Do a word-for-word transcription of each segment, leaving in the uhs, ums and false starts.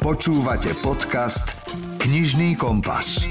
Počúvate podcast Knižný kompas.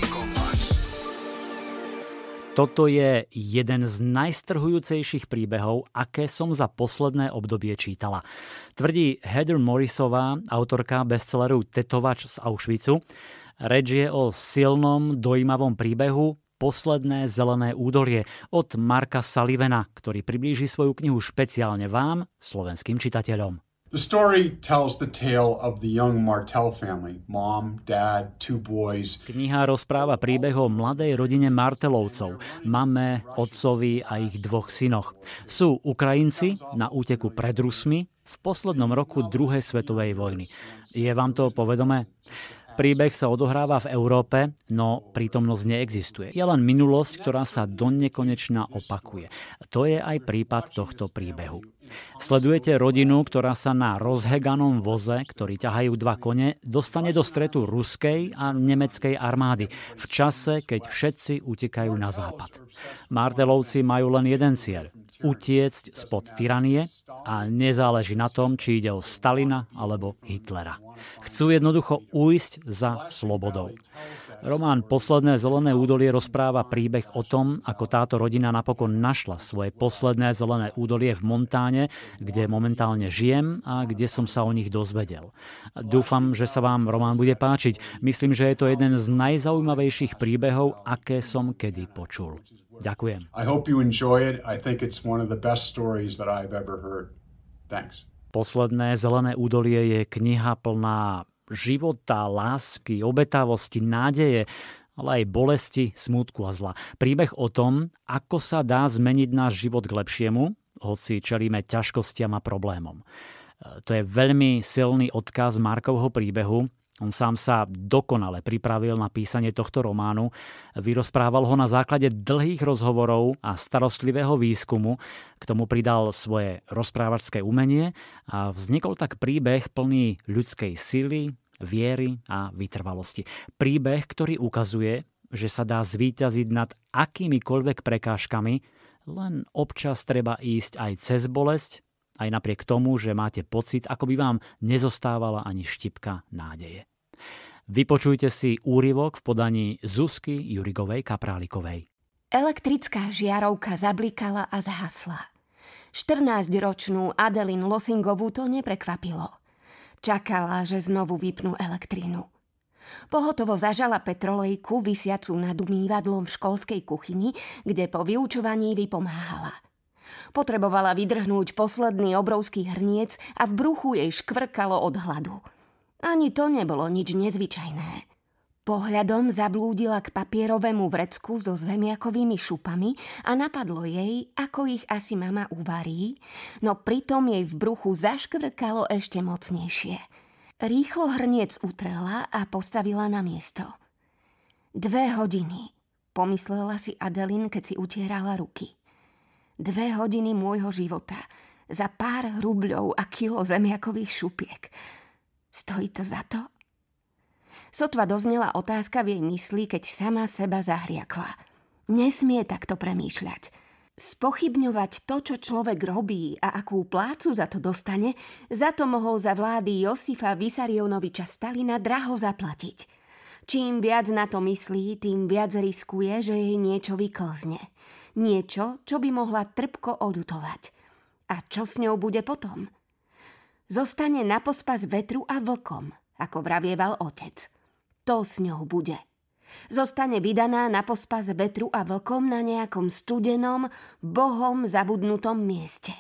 Toto je jeden z najstrhujúcejších príbehov, aké som za posledné obdobie čítala. Tvrdí Heather Morrisová, autorka bestselleru Tetovač z Auschwitzu. Reč je o silnom, dojímavom príbehu Posledné zelené údolie od Marka Sullivana, ktorý priblíži svoju knihu špeciálne vám, slovenským čitateľom. The story tells the tale of the young Martel family, mom, dad, two boys. Kniha rozpráva príbeh o mladej rodine Martelovcov, mame, otcovi a ich dvoch synoch. Sú Ukrajinci na úteku pred Rusmi v poslednom roku druhej svetovej vojny. Je vám to povedomé? Príbeh sa odohráva v Európe, no prítomnosť neexistuje. Je len minulosť, ktorá sa donekonečna opakuje. To je aj prípad tohto príbehu. Sledujete rodinu, ktorá sa na rozheganom voze, ktorý ťahajú dva kone, dostane do stretu ruskej a nemeckej armády v čase, keď všetci utekajú na západ. Martelovci majú len jeden cieľ – utiecť spod tyranie a nezáleží na tom, či ide o Stalina alebo Hitlera. Chcú jednoducho ujsť za slobodou. Román Posledné zelené údolie rozpráva príbeh o tom, ako táto rodina napokon našla svoje posledné zelené údolie v Montáne, kde momentálne žijem a kde som sa o nich dozvedel. Dúfam, že sa vám román bude páčiť. Myslím, že je to jeden z najzaujímavejších príbehov, aké som kedy počul. Ďakujem. I hope you enjoy it. I think it's one of the best stories that I've ever heard. Thanks. Posledné zelené údolie je kniha plná života, lásky, obetavosti, nádeje, ale aj bolesti, smútku a zla. Príbeh o tom, ako sa dá zmeniť náš život k lepšiemu, hoci čelíme ťažkostiam a problémom. To je veľmi silný odkaz Markovho príbehu. On sám sa dokonale pripravil na písanie tohto románu. Vyrozprával ho na základe dlhých rozhovorov a starostlivého výskumu. K tomu pridal svoje rozprávačské umenie a vznikol tak príbeh plný ľudskej sily, viery a vytrvalosti. Príbeh, ktorý ukazuje, že sa dá zvíťaziť nad akýmikoľvek prekážkami, len občas treba ísť aj cez bolesť, aj napriek tomu, že máte pocit, ako by vám nezostávala ani štipka nádeje. Vypočujte si úryvok v podaní Zuzky Jurigovej Kaprálikovej. Elektrická žiarovka zablikala a zhasla. štrnásťročnú Adeline Lossingovú to neprekvapilo. Čakala, že znovu vypnú elektrínu. Pohotovo zažala petrolejku visiacu nad umývadlom v školskej kuchyni, kde po vyučovaní vypomáhala. Potrebovala vydrhnúť posledný obrovský hrniec a v bruchu jej škvrkalo od hladu. Ani to nebolo nič nezvyčajné. Pohľadom zablúdila k papierovému vrecku so zemiakovými šupami a napadlo jej, ako ich asi mama uvarí, no pritom jej v bruchu zaškvrkalo ešte mocnejšie. Rýchlo hrniec utrela a postavila na miesto. Dve hodiny, pomyslela si Adeline, keď si utierala ruky. Dve hodiny môjho života za pár rubľov a kilo zemiakových šupiek. Stojí to za to? Sotva doznela otázka v jej mysli, keď sama seba zahriakla. Nesmie takto premýšľať. Spochybňovať to, čo človek robí a akú plácu za to dostane, za to mohol za vlády Josifa Vysarionoviča Stalina draho zaplatiť. Čím viac na to myslí, tým viac riskuje, že jej niečo vyklzne. Niečo, čo by mohla trpko odutovať. A čo s ňou bude potom? Zostane na pospas vetru a vlkom, ako vravieval otec. To s ňou bude. Zostane vydaná na pospas vetru a vlkom na nejakom studenom, bohom zabudnutom mieste.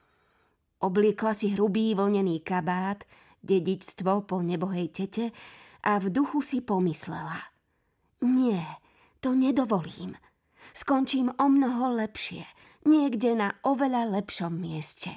Obliekla si hrubý vlnený kabát, dedičstvo po nebohej tete a v duchu si pomyslela. Nie, to nedovolím. Skončím o mnoho lepšie, niekde na oveľa lepšom mieste.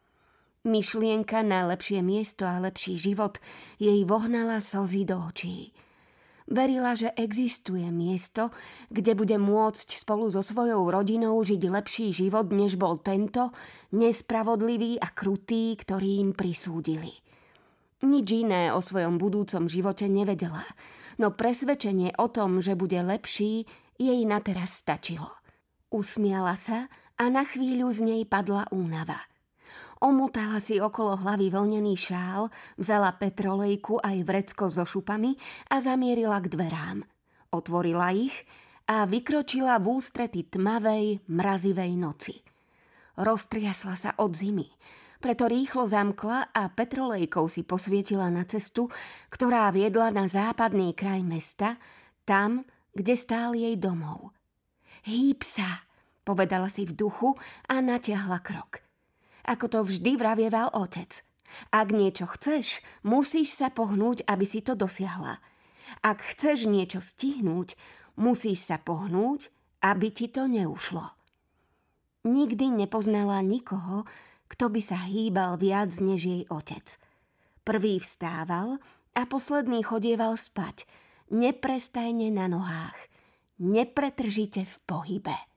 Myšlienka na lepšie miesto a lepší život jej vohnala slzy do očí. Verila, že existuje miesto, kde bude môcť spolu so svojou rodinou žiť lepší život, než bol tento, nespravodlivý a krutý, ktorý im prisúdili. Nič iné o svojom budúcom živote nevedela, no presvedčenie o tom, že bude lepší, jej na teraz stačilo. Usmiala sa a na chvíľu z nej padla únava. Omotala si okolo hlavy vlnený šál, vzala petrolejku aj vrecko so šupami a zamierila k dverám. Otvorila ich a vykročila v ústrety tmavej, mrazivej noci. Roztriasla sa od zimy, preto rýchlo zamkla a petrolejkou si posvietila na cestu, ktorá viedla na západný kraj mesta, tam, kde stál jej domov. Hýb sa, povedala si v duchu a natiahla krok. Ako to vždy vravieval otec. Ak niečo chceš, musíš sa pohnúť, aby si to dosiahla. Ak chceš niečo stihnúť, musíš sa pohnúť, aby ti to neušlo. Nikdy nepoznala nikoho, kto by sa hýbal viac než jej otec. Prvý vstával a posledný chodieval spať, neprestajne na nohách, nepretržite v pohybe.